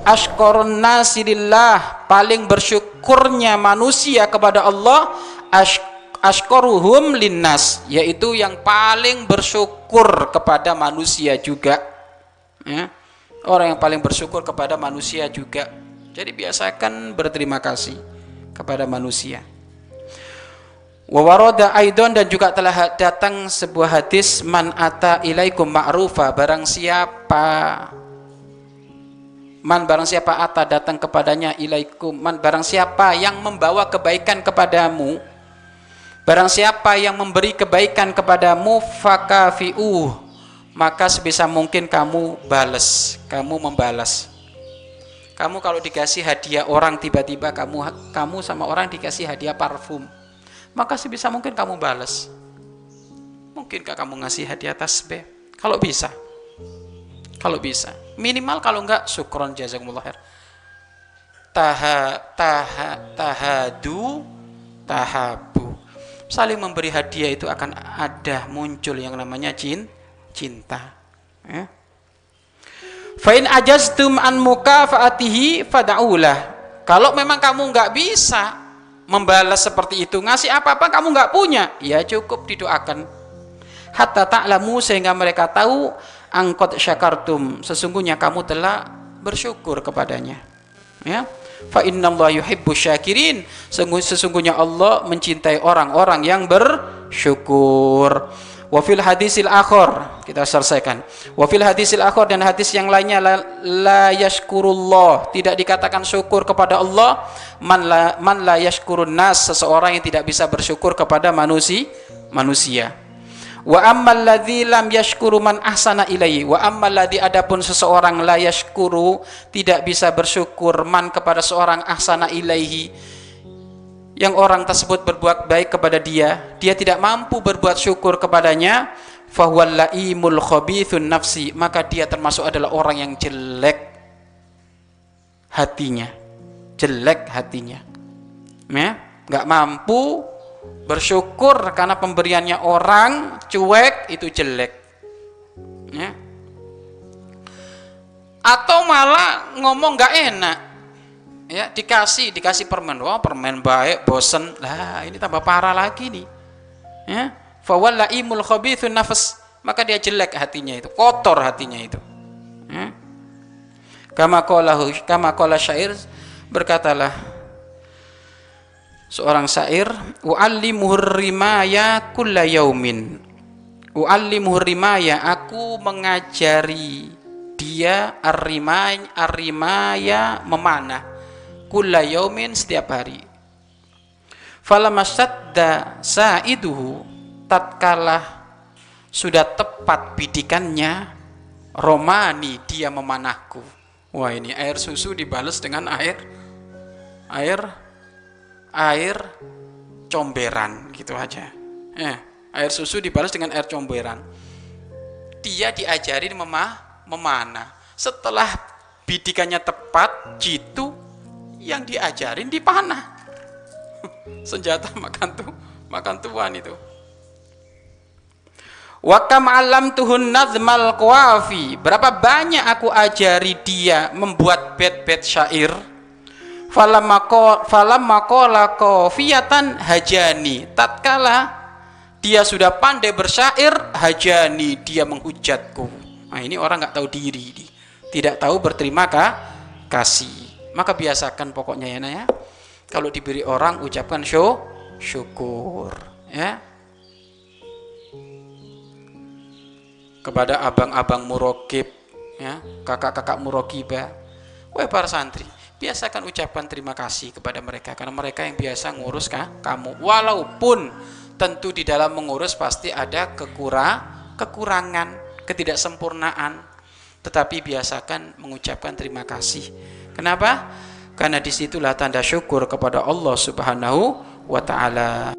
Ashqarun nasi lillah, paling bersyukurnya manusia kepada Allah, ashqaruhum linnas, yaitu yang paling bersyukur kepada manusia juga, ya. Orang yang paling bersyukur kepada manusia juga. Jadi biasakan berterima kasih kepada manusia. Wa warada aidon, dan juga telah datang sebuah hadis, man ata ilaikum ma'rufa, barang siapa ata datang kepadanya, ilaikum man, barang siapa yang membawa kebaikan kepadamu, barang siapa yang memberi kebaikan kepadamu, fakafi'uh, maka sebisa mungkin kamu membalas. Kamu kalau dikasih hadiah orang, tiba-tiba kamu sama orang dikasih hadiah parfum, maka sebisa mungkin kamu balas. Mungkinkah kamu ngasih hadiah tasbih? Kalau bisa. Minimal, kalau enggak, syukron jazakumullah khair. Tahabu. Saling memberi hadiah itu akan ada muncul yang namanya cinta. Ya. Fa in ajaztum an mukafaatihi fad'ulah. Kalau memang kamu enggak bisa membalas seperti itu, ngasih apa-apa kamu nggak punya, ya cukup didoakan. Hatta ta'lamu, sehingga mereka tahu, angkot syakartum, sesungguhnya kamu telah bersyukur kepadanya. Ya, fa innallaha yuhibbus syakirin, sesungguhnya Allah mencintai orang-orang yang bersyukur. Wa fil hadisil akhar, kita selesaikan. Wa fil hadisil akhar, dan hadis yang lainnya, la yashkurullah, tidak dikatakan syukur kepada Allah, man la yashkurun nas, seseorang yang tidak bisa bersyukur kepada manusia. Wa ammal ladzi lam yashkuru man ahsana ilaihi, wa ammal ladzi, adapun seseorang la yashkuru, tidak bisa bersyukur, man, kepada seorang, ahsana ilaihi, yang orang tersebut berbuat baik kepada dia tidak mampu berbuat syukur kepadanya, fahuwal laimul khabithun nafsi, maka dia termasuk adalah orang yang jelek hatinya, ya, nggak mampu bersyukur karena pemberiannya orang, cuek, itu jelek, ya. Atau malah ngomong nggak enak, ya, dikasih permen, wah permen baik, bosen, lah ini tambah parah lagi nih, ya. Fawal laimul khabithun nafs, maka dia jelek hatinya itu, kotor hatinya itu, ya. Kama qala syair, berkatalah seorang syair, u'allimuhur rimaya kulla yaumin, u'allimuhur rimaya, aku mengajari dia ar-rimaya memanah, kulla yaumin, setiap hari. Falamasadda sa'iduhu, tatkala sudah tepat bidikannya, romani, dia memanahku. Wah, ini air susu dibalas dengan air comberan, gitu aja. Air susu dibalas dengan air comberan. Dia diajarin memanah. Setelah bidikannya tepat, jitu, yang diajarin dipanah. Senjata makan tuan itu. Wa kam 'allamtuhun nazmal qawafi, berapa banyak aku ajari dia membuat bait-bait syair. Falamma qala qafiyatan hajani, tatkala dia sudah pandai bersyair, hajani, dia menghujatku. Nah, ini orang nggak tahu diri, tidak tahu berterima kasih. Maka biasakan pokoknya, ya, ya. Kalau diberi orang, ucapkan syukur, ya. Kepada abang-abang murokib, ya, kakak-kakak murokibah, para santri, biasakan ucapkan terima kasih kepada mereka, karena mereka yang biasa ngurus kamu. Walaupun tentu di dalam mengurus pasti ada kekurangan, ketidaksempurnaan, tetapi biasakan mengucapkan terima kasih. Kenapa? Karena disitulah tanda syukur kepada Allah Subhanahu wa ta'ala.